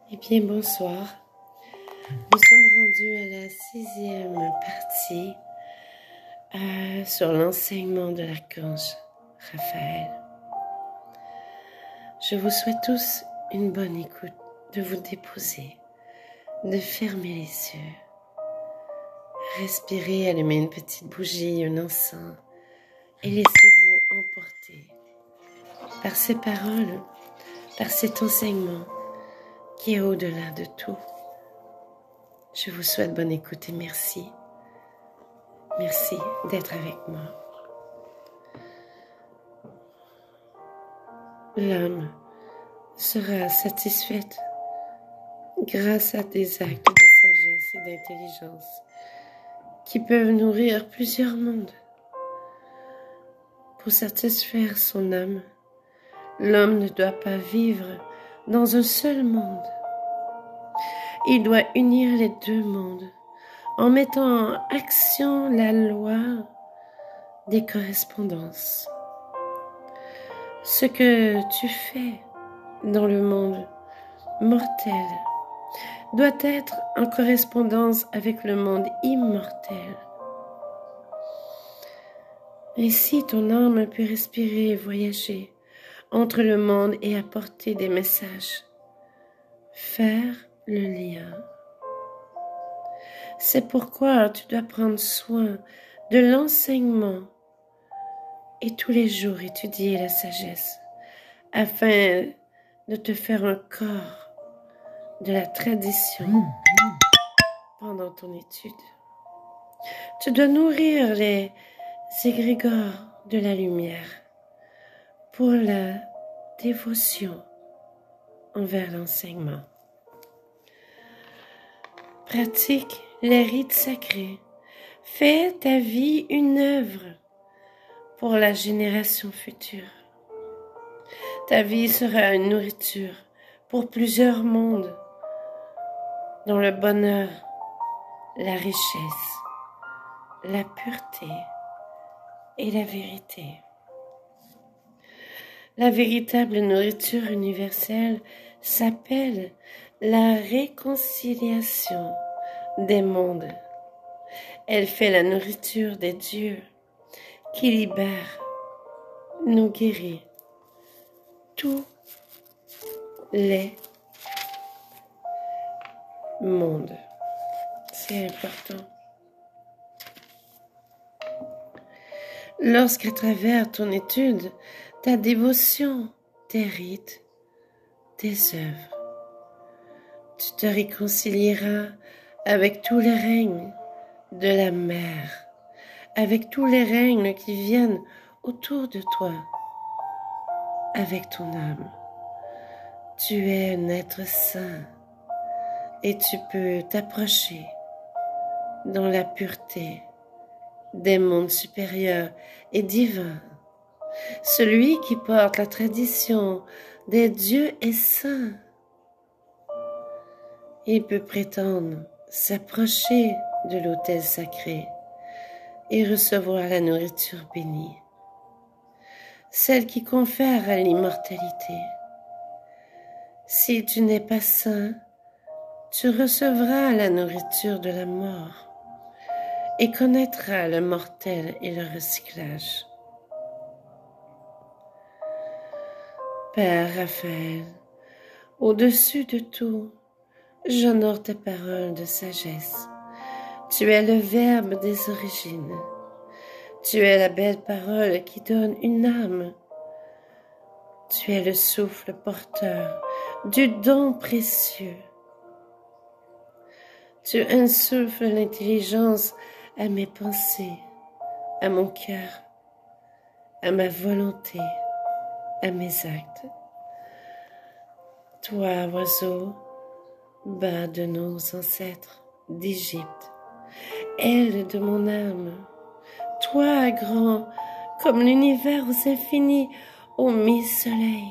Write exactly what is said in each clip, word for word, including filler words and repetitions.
Eh bien, bonsoir. Nous sommes rendus à la sixième partie euh, sur l'enseignement de l'archange Raphaël. Je vous souhaite tous une bonne écoute, de vous déposer, de fermer les yeux, respirez, allumez une petite bougie, un encens et laissez-vous emporter par ces paroles, par cet enseignement qui est au-delà de tout. Je vous souhaite bonne écoute et merci. Merci d'être avec moi. L'âme sera satisfaite grâce à des actes de sagesse et d'intelligence qui peuvent nourrir plusieurs mondes. Pour satisfaire son âme, l'homme ne doit pas vivre dans un seul monde. Il doit unir les deux mondes en mettant en action la loi des correspondances. Ce que tu fais dans le monde mortel doit être en correspondance avec le monde immortel. Ainsi, ton âme peut respirer et voyager entre le monde et apporter des messages. Faire le lien. C'est pourquoi tu dois prendre soin de l'enseignement et tous les jours étudier la sagesse afin de te faire un corps de la tradition pendant ton étude. Tu dois nourrir les égrégores de la lumière pour la dévotion envers l'enseignement. Pratique les rites sacrés. Fais ta vie une œuvre pour la génération future. Ta vie sera une nourriture pour plusieurs mondes, dont le bonheur, la richesse, la pureté et la vérité. La véritable nourriture universelle s'appelle la réconciliation des mondes. Elle fait la nourriture des dieux qui libère, nous guérit tous les mondes. C'est important. Lorsqu'à travers ton étude, ta dévotion, tes rites, tes œuvres, tu te réconcilieras avec tous les règnes de la mer, avec tous les règnes qui viennent autour de toi, avec ton âme. Tu es un être saint et tu peux t'approcher dans la pureté des mondes supérieurs et divins. Celui qui porte la tradition des dieux est saint. Il peut prétendre s'approcher de l'autel sacré et recevoir la nourriture bénie, celle qui confère à l'immortalité. Si tu n'es pas saint, tu recevras la nourriture de la mort et connaîtras le mortel et le recyclage. Père Raphaël, au-dessus de tout, j'honore tes paroles de sagesse. Tu es le Verbe des origines. Tu es la belle parole qui donne une âme. Tu es le souffle porteur du don précieux. Tu insuffles l'intelligence à mes pensées, à mon cœur, à ma volonté, à mes actes. Toi, oiseau, bas de nos ancêtres d'Égypte, aile de mon âme, toi, grand, comme l'univers aux infinis, au mi-soleil,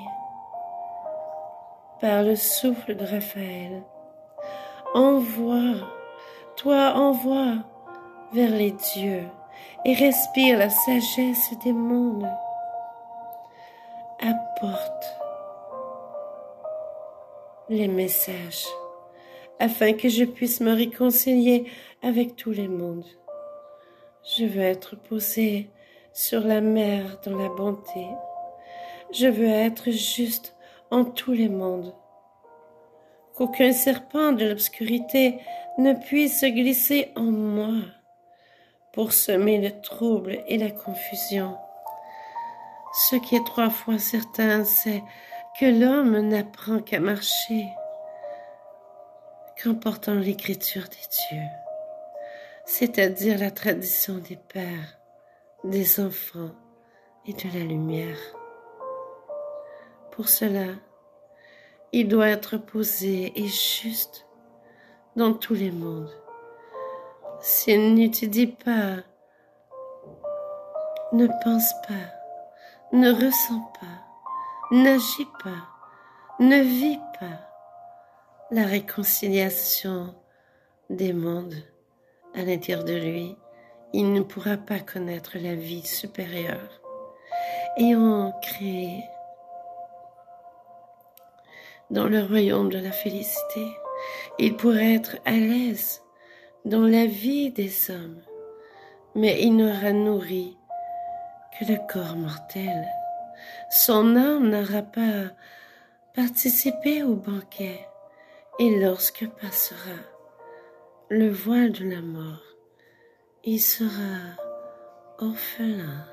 par le souffle de Raphaël, envoie, toi envoie vers les dieux et respire la sagesse des mondes. Apporte les messages, afin que je puisse me réconcilier avec tous les mondes. Je veux être posé sur la mer dans la bonté. Je veux être juste en tous les mondes. Qu'aucun serpent de l'obscurité ne puisse se glisser en moi pour semer le trouble et la confusion. Ce qui est trois fois certain, c'est que l'homme n'apprend qu'à marcher qu'en portant l'écriture des dieux, c'est-à-dire la tradition des pères, des enfants et de la lumière. Pour cela, il doit être posé et juste dans tous les mondes. S'il n'étudie pas, ne pense pas, ne ressent pas, n'agit pas, ne vit pas la réconciliation des mondes à l'intérieur de lui, il ne pourra pas connaître la vie supérieure. Ayant créé dans le royaume de la félicité, il pourrait être à l'aise dans la vie des hommes, mais il n'aura nourri que le corps mortel. Son âme n'aura pas participé au banquet, et lorsque passera le voile de la mort, il sera orphelin.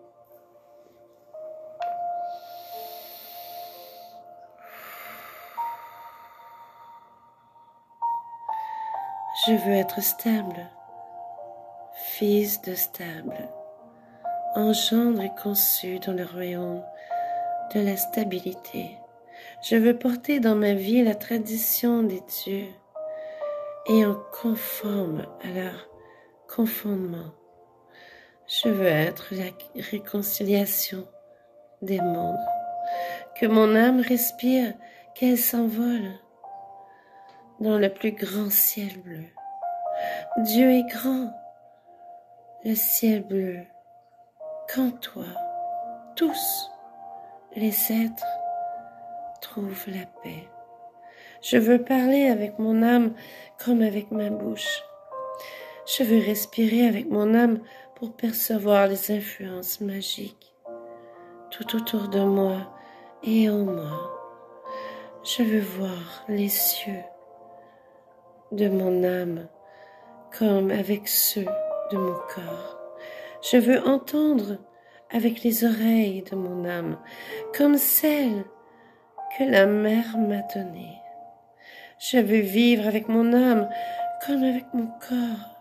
Je veux être stable, fils de stable, engendre et conçu dans le royaume de la stabilité. Je veux porter dans ma vie la tradition des dieux et en conforme à leur confondement. Je veux être la réconciliation des mondes. Que mon âme respire, qu'elle s'envole dans le plus grand ciel bleu. Dieu est grand, le ciel bleu, qu'en toi, tous les êtres trouvent la paix. Je veux parler avec mon âme comme avec ma bouche. Je veux respirer avec mon âme pour percevoir les influences magiques tout autour de moi et en moi. Je veux voir les cieux de mon âme comme avec ceux de mon corps. Je veux entendre avec les oreilles de mon âme comme celles que la mer m'a données. Je veux vivre avec mon âme comme avec mon corps,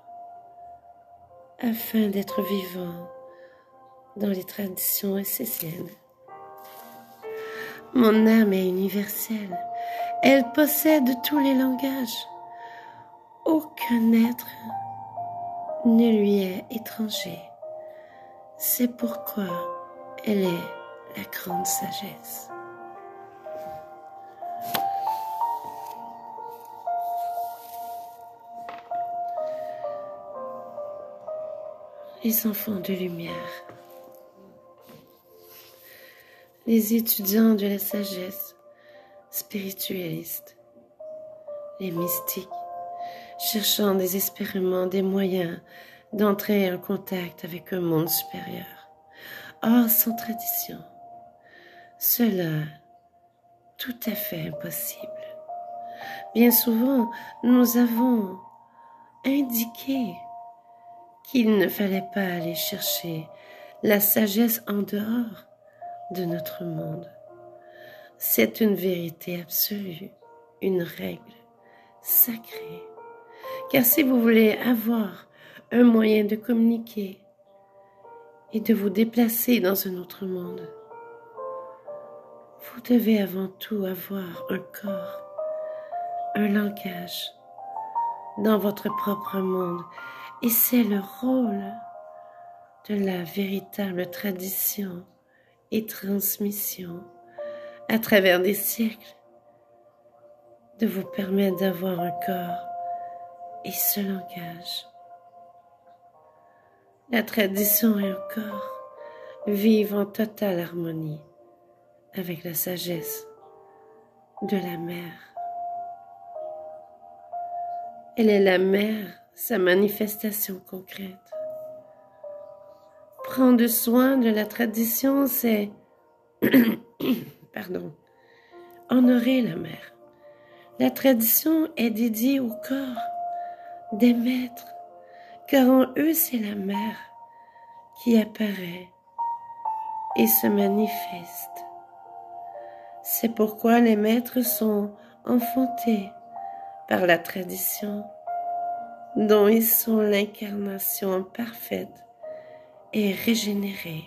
afin d'être vivant dans les traditions esséniennes. Mon âme est universelle. Elle possède tous les langages. Aucun être ne lui est étranger. C'est pourquoi elle est la grande sagesse. Les enfants de lumière, les étudiants de la sagesse, spiritualistes, les mystiques, cherchant désespérément des moyens d'entrer en contact avec un monde supérieur. Or, sans tradition, cela tout à fait impossible. Bien souvent, nous avons indiqué qu'il ne fallait pas aller chercher la sagesse en dehors de notre monde. C'est une vérité absolue, une règle sacrée. Car si vous voulez avoir un moyen de communiquer et de vous déplacer dans un autre monde, vous devez avant tout avoir un corps, un langage dans votre propre monde. Et c'est le rôle de la véritable tradition et transmission à travers des siècles de vous permettre d'avoir un corps et ce langage. La tradition et un corps vivent en totale harmonie avec la sagesse de la mer Elle est la mère, sa manifestation concrète. Prendre soin de la tradition, c'est pardon, honorer la mère. La tradition est dédiée au corps des maîtres, car en eux c'est la mère qui apparaît et se manifeste. C'est pourquoi les maîtres sont enfantés par la tradition, dont ils sont l'incarnation parfaite et régénérée.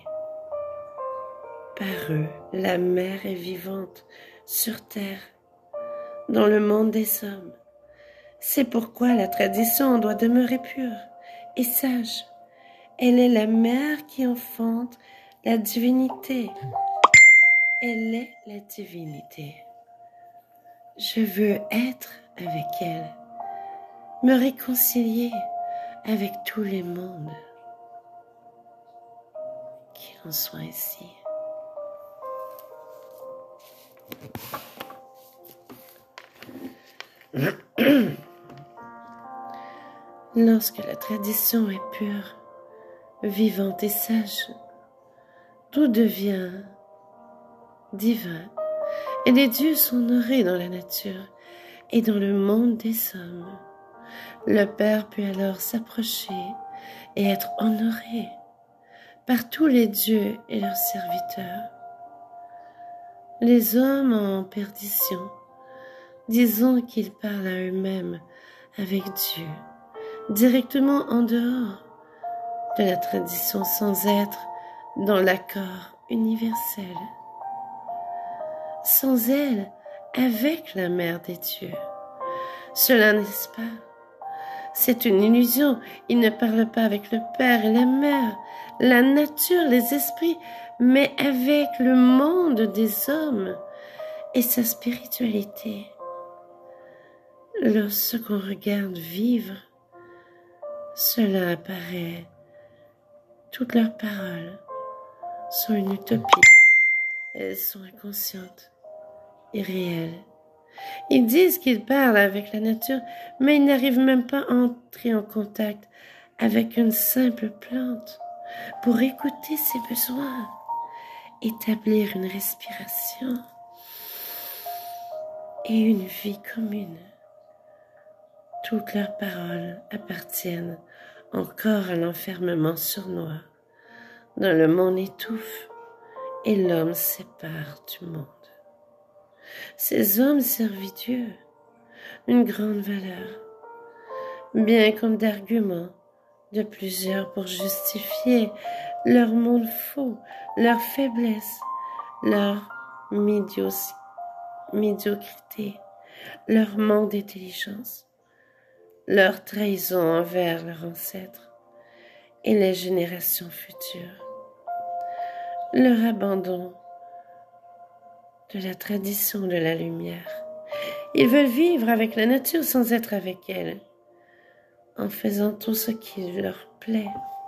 Par eux, la mère est vivante sur terre, dans le monde des hommes. C'est pourquoi la tradition doit demeurer pure et sage. Elle est la mère qui enfante la divinité. Elle est la divinité. Je veux être avec elle, me réconcilier avec tous les mondes. Qu'il en soit ainsi. Lorsque la tradition est pure, vivante et sage, tout devient divin et les dieux sont honorés dans la nature et dans le monde des hommes. Le Père peut alors s'approcher et être honoré par tous les dieux et leurs serviteurs. Les hommes en perdition, disons qu'ils parlent à eux-mêmes avec Dieu, directement en dehors de la tradition sans être dans l'accord universel. Sans elle, avec la mère des dieux. Cela n'est-ce pas? C'est une illusion. Ils ne parlent pas avec le Père et la Mère, la nature, les esprits, mais avec le monde des hommes et sa spiritualité. Lorsqu'on regarde vivre, cela apparaît. Toutes leurs paroles sont une utopie. Elles sont inconscientes, irréelles. Ils disent qu'ils parlent avec la nature, mais ils n'arrivent même pas à entrer en contact avec une simple plante pour écouter ses besoins, établir une respiration et une vie commune. Toutes leurs paroles appartiennent encore à l'enfermement sournois, dont le monde étouffe et l'homme sépare du monde. Ces hommes servent Dieu, une grande valeur, bien comme d'arguments de plusieurs pour justifier leur monde faux, leur faiblesse, leur médios- médiocrité, leur manque d'intelligence, leur trahison envers leurs ancêtres et les générations futures, leur abandon de la tradition de la lumière. Ils veulent vivre avec la nature sans être avec elle, en faisant tout ce qui leur plaît,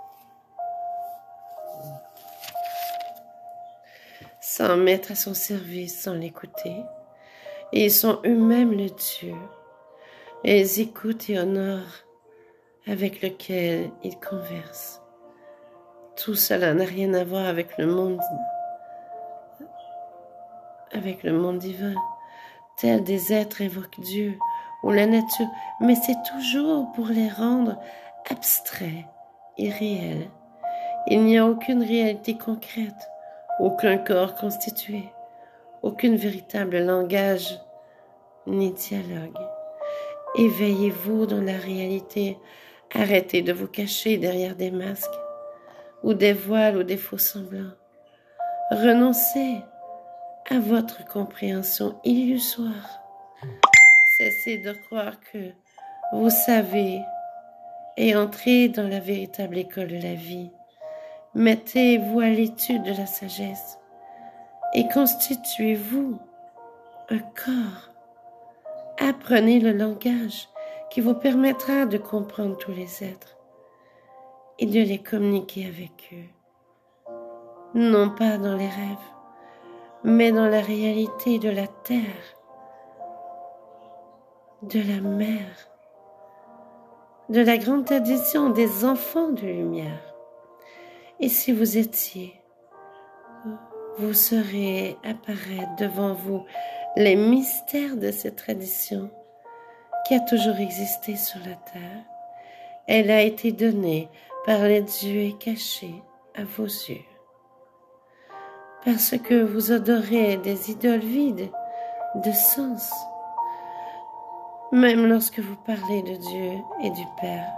sans mettre à son service, sans l'écouter. Et ils sont eux-mêmes le Dieu, et ils écoutent et honorent avec lequel ils conversent. Tout cela n'a rien à voir avec le monde avec le monde divin, tels des êtres évoquent Dieu ou la nature, mais c'est toujours pour les rendre abstraits et réels. Il n'y a aucune réalité concrète, aucun corps constitué, aucun véritable langage ni dialogue. Éveillez-vous dans la réalité, arrêtez de vous cacher derrière des masques, ou des voiles ou des faux semblants. Renoncez à votre compréhension illusoire. Cessez de croire que vous savez et entrez dans la véritable école de la vie. Mettez-vous à l'étude de la sagesse et constituez-vous un corps. Apprenez le langage qui vous permettra de comprendre tous les êtres et de les communiquer avec eux. Non pas dans les rêves, mais dans la réalité de la terre, de la mer, de la grande tradition des enfants de lumière. Et si vous étiez, vous saurez apparaître devant vous les mystères de cette tradition qui a toujours existé sur la terre. Elle a été donnée par les dieux et cachée à vos yeux. Parce que vous adorez des idoles vides de sens, même lorsque vous parlez de Dieu et du Père.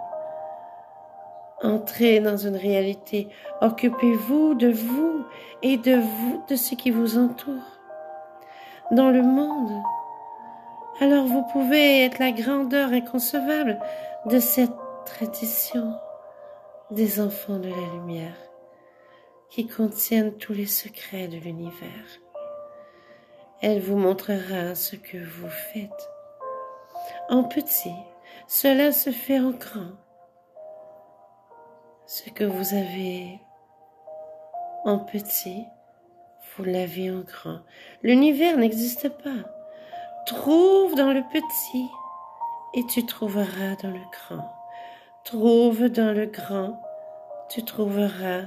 Entrez dans une réalité, occupez-vous de vous et de vous, de ce qui vous entoure. Dans le monde, alors vous pouvez être la grandeur inconcevable de cette tradition des enfants de la lumière qui contiennent tous les secrets de l'univers. Elle vous montrera ce que vous faites. En petit, cela se fait en grand. Ce que vous avez en petit, vous l'avez en grand. L'univers n'existe pas. Trouve dans le petit et tu trouveras dans le grand. Trouve dans le grand, tu trouveras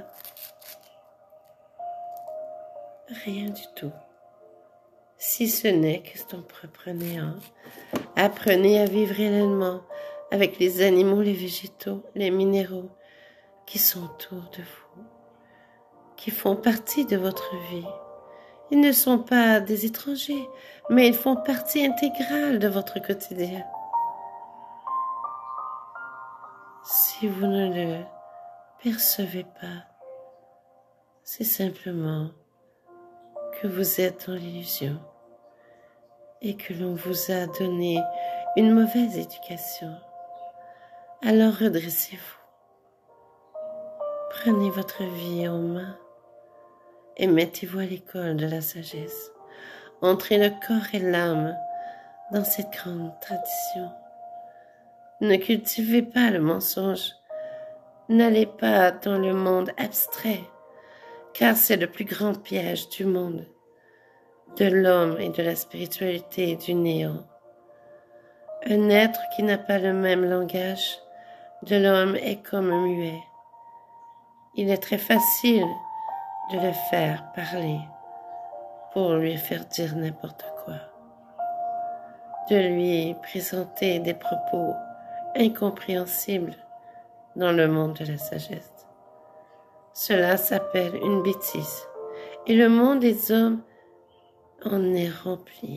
rien du tout. Si ce n'est que ton propre néant. Apprenez à vivre réellement avec les animaux, les végétaux, les minéraux qui sont autour de vous, qui font partie de votre vie. Ils ne sont pas des étrangers, mais ils font partie intégrale de votre quotidien. Si vous ne le percevez pas, c'est simplement que vous êtes dans l'illusion et que l'on vous a donné une mauvaise éducation. Alors redressez-vous. Prenez votre vie en main et mettez-vous à l'école de la sagesse. Entrez le corps et l'âme dans cette grande tradition. Ne cultivez pas le mensonge. N'allez pas dans le monde abstrait, car c'est le plus grand piège du monde, de l'homme et de la spiritualité et du néant. Un être qui n'a pas le même langage de l'homme est comme un muet. Il est très facile de le faire parler pour lui faire dire n'importe quoi, de lui présenter des propos incompréhensibles dans le monde de la sagesse. Cela s'appelle une bêtise et le monde des hommes en est rempli.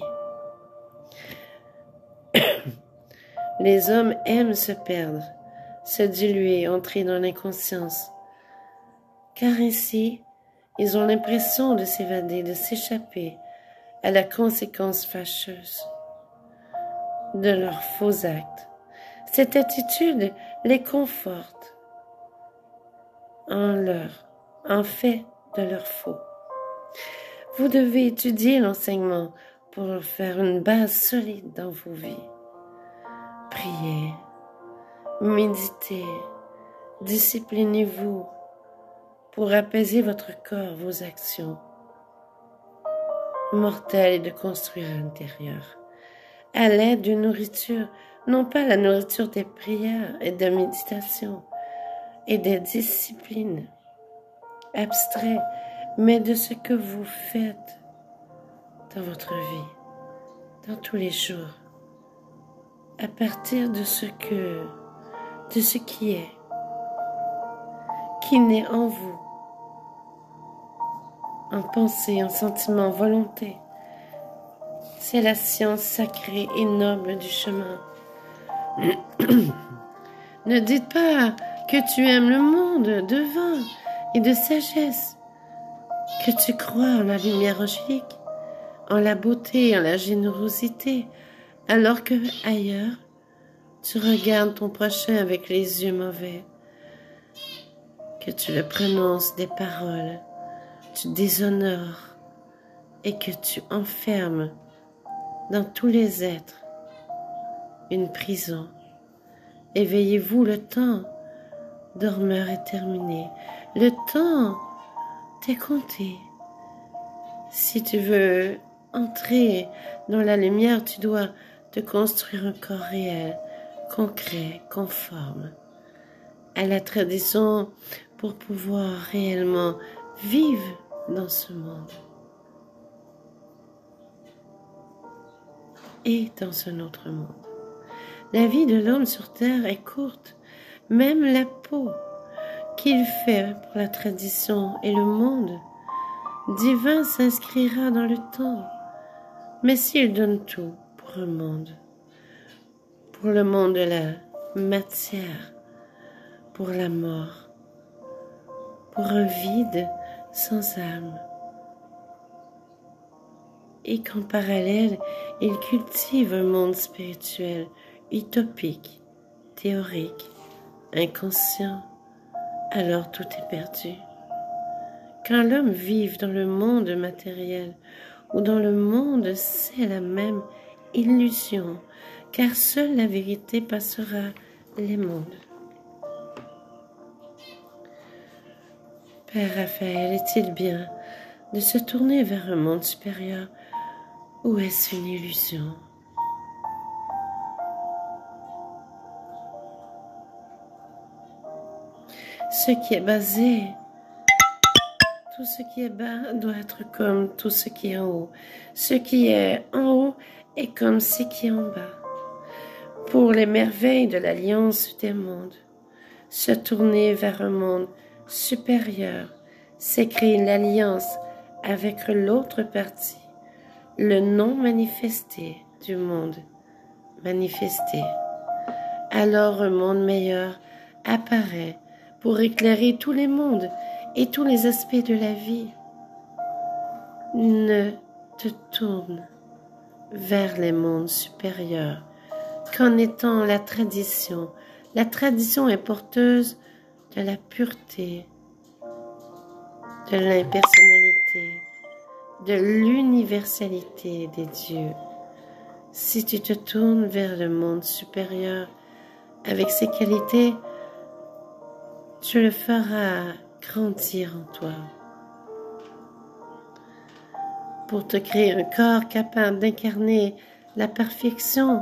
Les hommes aiment se perdre, se diluer, entrer dans l'inconscience, car ainsi, ils ont l'impression de s'évader, de s'échapper à la conséquence fâcheuse de leurs faux actes. Cette attitude les conforte en leur, en fait de leur faux. Vous devez étudier l'enseignement pour faire une base solide dans vos vies. Priez, méditez, disciplinez-vous pour apaiser votre corps, vos actions mortelles et de construire à l'intérieur, à l'aide d'une nourriture, non pas la nourriture des prières et de méditation et des disciplines abstraites, mais de ce que vous faites dans votre vie, dans tous les jours, à partir de ce que, de ce qui est, qui naît en vous, en pensée, en sentiment, en volonté. C'est la science sacrée et noble du chemin. Ne dites pas que tu aimes le monde de vin et de sagesse, que tu crois en la lumière angélique, en la beauté, en la générosité, alors que ailleurs, tu regardes ton prochain avec les yeux mauvais, que tu le prononces des paroles, tu déshonores et que tu enfermes dans tous les êtres une prison. Éveillez-vous, le temps dormeur est terminé. Le temps t'est compté. Si tu veux entrer dans la lumière, tu dois te construire un corps réel, concret, conforme à la tradition pour pouvoir réellement vivre dans ce monde et dans un autre monde. La vie de l'homme sur terre est courte, même la peau qu'il fait pour la tradition et le monde divin s'inscrira dans le temps. Mais s'il donne tout pour un monde, pour le monde de la matière, pour la mort, pour un vide sans âme, et qu'en parallèle, il cultive un monde spirituel, utopique, théorique, inconscient, alors tout est perdu. Quand l'homme vit dans le monde matériel ou dans le monde, c'est la même illusion, car seule la vérité passera les mondes. Père Raphaël, est-il bien de se tourner vers un monde supérieur ou est-ce une illusion? Ce qui est basé, tout ce qui est bas doit être comme tout ce qui est en haut. Ce qui est en haut est comme ce qui est en bas. Pour les merveilles de l'alliance des mondes, se tourner vers un monde supérieur, c'est créer l'alliance avec l'autre partie, le non manifesté du monde manifesté. Alors un monde meilleur apparaît pour éclairer tous les mondes et tous les aspects de la vie. Ne te tourne vers les mondes supérieurs qu'en étant la tradition. La tradition est porteuse de la pureté, de l'impersonnalité, de l'universalité des dieux. Si tu te tournes vers le monde supérieur avec ses qualités, tu le feras grandir en toi. Pour te créer un corps capable d'incarner la perfection,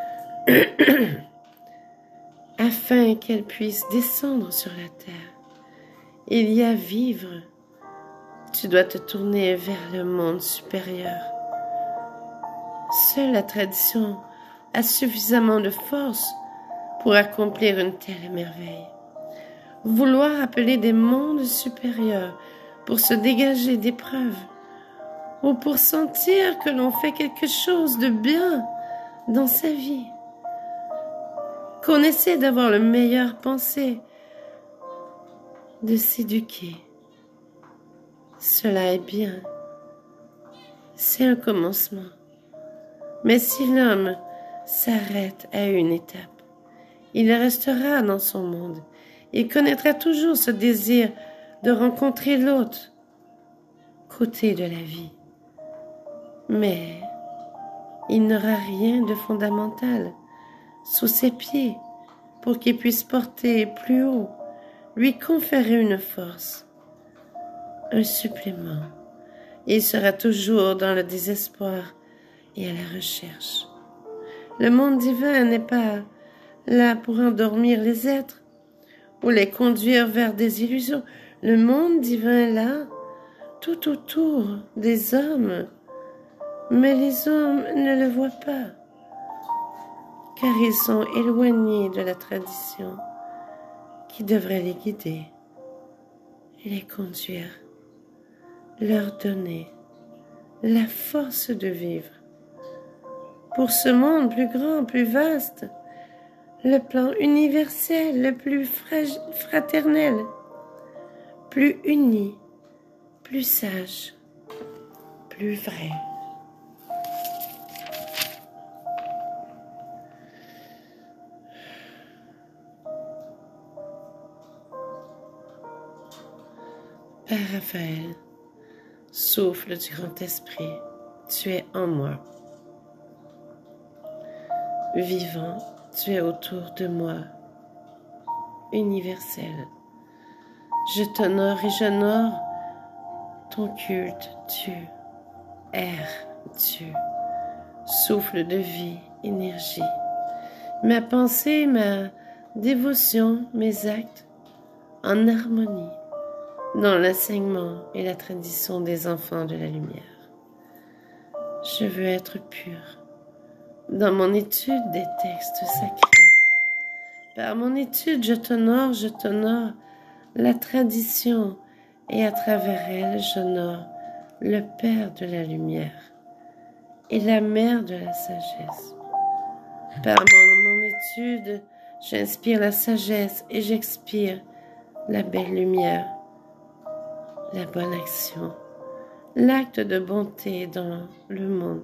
afin qu'elle puisse descendre sur la terre. Il y a vivre. Tu dois te tourner vers le monde supérieur. Seule la tradition a suffisamment de force pour accomplir une telle merveille. Vouloir appeler des mondes supérieurs pour se dégager d'épreuves ou pour sentir que l'on fait quelque chose de bien dans sa vie, qu'on essaie d'avoir le meilleur pensée, de s'éduquer. Cela est bien. C'est un commencement. Mais si l'homme s'arrête à une étape, il restera dans son monde. Il connaîtra toujours ce désir de rencontrer l'autre côté de la vie. Mais il n'aura rien de fondamental sous ses pieds pour qu'il puisse porter plus haut, lui conférer une force, un supplément. Il sera toujours dans le désespoir et à la recherche. Le monde divin n'est pas là pour endormir les êtres ou les conduire vers des illusions. Le monde divin est là, tout autour des hommes, mais les hommes ne le voient pas, car ils sont éloignés de la tradition qui devrait les guider, les conduire, leur donner la force de vivre. Pour ce monde plus grand, plus vaste, le plan universel, le plus fraternel, plus uni, plus sage, plus vrai. Père Raphaël, souffle du grand esprit, tu es en moi. Vivant, tu es autour de moi, universel. Je t'honore et j'honore ton culte, Dieu, air, Dieu, souffle de vie, énergie, ma pensée, ma dévotion, mes actes en harmonie dans l'enseignement et la tradition des enfants de la lumière. Je veux être pur dans mon étude des textes sacrés. Par mon étude, je t'honore, je t'honore la tradition et à travers elle, j'honore le Père de la lumière et la Mère de la sagesse. Par mon, mon étude, j'inspire la sagesse et j'expire la belle lumière, la bonne action, l'acte de bonté dans le monde.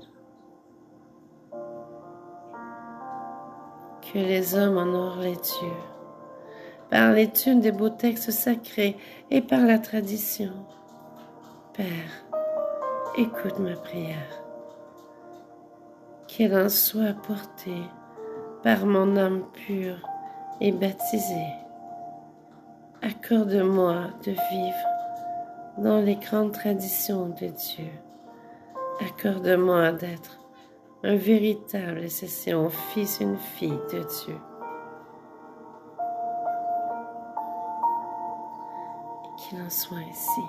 Que les hommes honorent les dieux, par l'étude des beaux textes sacrés et par la tradition. Père, écoute ma prière, qu'elle en soit portée par mon âme pure et baptisée. Accorde-moi de vivre dans les grandes traditions de Dieu. Accorde-moi d'être un véritable, et c'est un fils, une fille de Dieu. Qu'il en soit ainsi.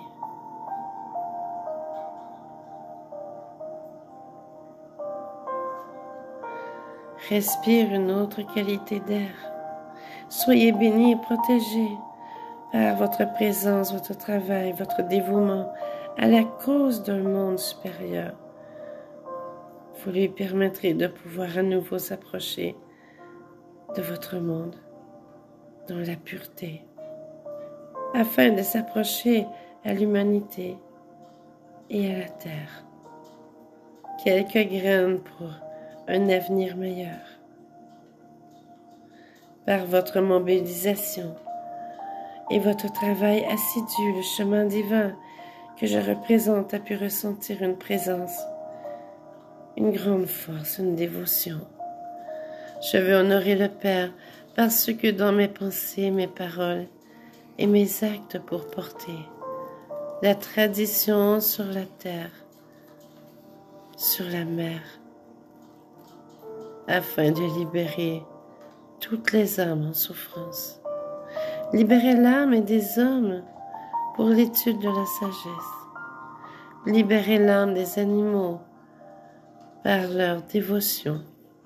Respire une autre qualité d'air. Soyez bénis et protégés par votre présence, votre travail, votre dévouement à la cause d'un monde supérieur. Vous lui permettrez de pouvoir à nouveau s'approcher de votre monde dans la pureté, afin de s'approcher à l'humanité et à la terre. Quelques graines pour un avenir meilleur. Par votre mobilisation et votre travail assidu, le chemin divin que je représente a pu ressentir une présence, une grande force, une dévotion. Je veux honorer le Père parce que dans mes pensées, mes paroles et mes actes pour porter la tradition sur la terre, sur la mer, afin de libérer toutes les âmes en souffrance. Libérer l'âme et des hommes pour l'étude de la sagesse. Libérer l'âme des animaux par leur dévotion.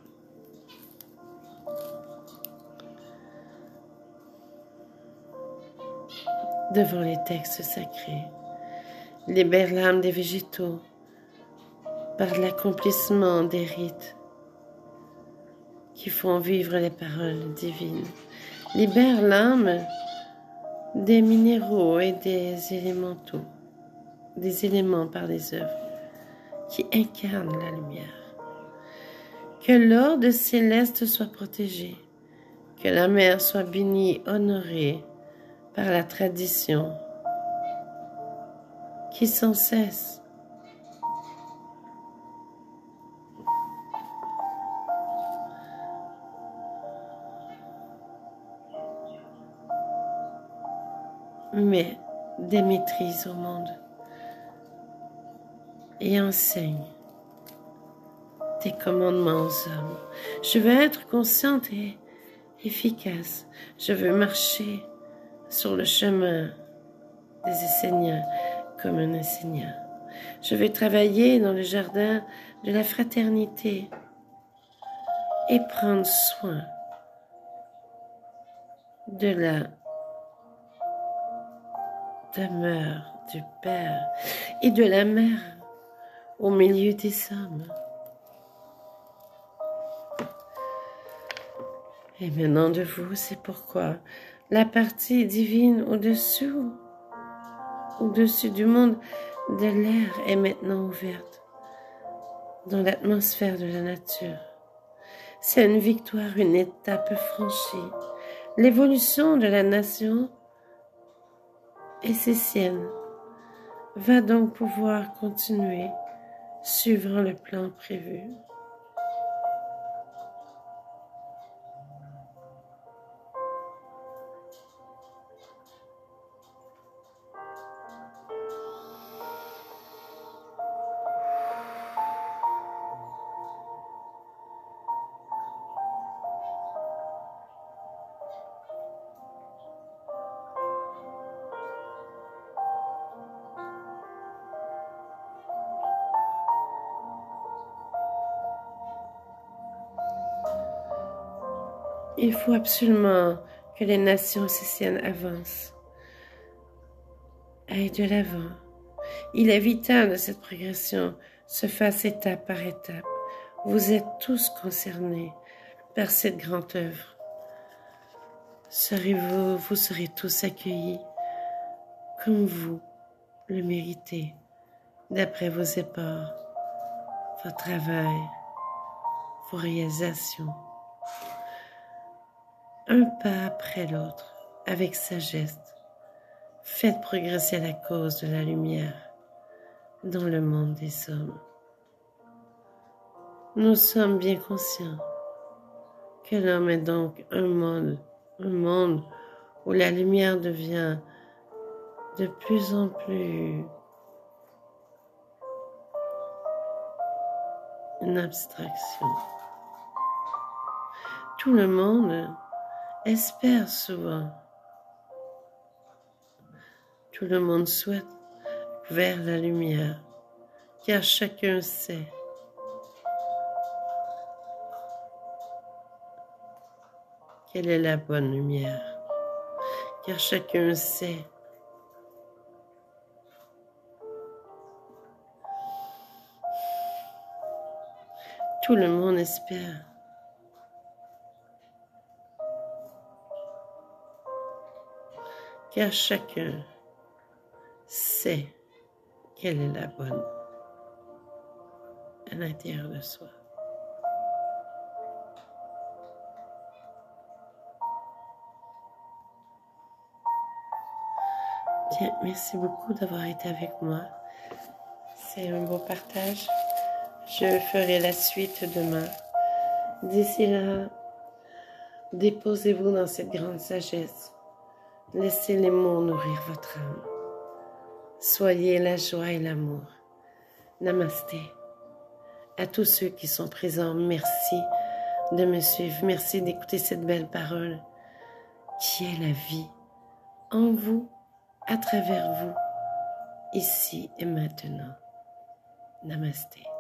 Devant les textes sacrés. Libère l'âme des végétaux par l'accomplissement des rites qui font vivre les paroles divines. Libère l'âme des minéraux et des élémentaux, des éléments par les œuvres qui incarnent la lumière. Que l'ordre céleste soit protégé, que la mer soit bénie, honorée par la tradition qui sans cesse met des maîtrises au monde et enseigne tes commandements aux hommes. Je veux être consciente et efficace. Je veux marcher sur le chemin des enseignants comme un enseignant. Je veux travailler dans le jardin de la fraternité et prendre soin de la demeure du Père et de la Mère au milieu des hommes. Et maintenant de vous, c'est pourquoi la partie divine au-dessous, au-dessus du monde de l'air est maintenant ouverte dans l'atmosphère de la nature. C'est une victoire, une étape franchie. L'évolution de la nation et ses siennes va donc pouvoir continuer suivant le plan prévu. Il faut absolument que les nations océaniennes avancent, aillent de l'avant. Il est vital que cette progression se fasse étape par étape. Vous êtes tous concernés par cette grande œuvre. Serez-vous, vous serez tous accueillis comme vous le méritez, d'après vos efforts, votre travail, vos réalisations. Un pas après l'autre, avec sagesse, faites progresser la cause de la lumière dans le monde des hommes. Nous sommes bien conscients que l'homme est donc un monde, un monde où la lumière devient de plus en plus une abstraction. Tout le monde espère souvent, tout le monde souhaite vers la lumière, car chacun sait quelle est la bonne lumière, car chacun sait tout le monde espère car chacun sait quelle est la bonne à l'intérieur de soi. Bien, merci beaucoup d'avoir été avec moi. C'est un beau partage. Je ferai la suite demain. D'ici là, déposez-vous dans cette grande sagesse. Laissez les mots nourrir votre âme. Soyez la joie et l'amour. Namasté. À tous ceux qui sont présents, merci de me suivre. Merci d'écouter cette belle parole qui est la vie en vous, à travers vous, ici et maintenant. Namasté.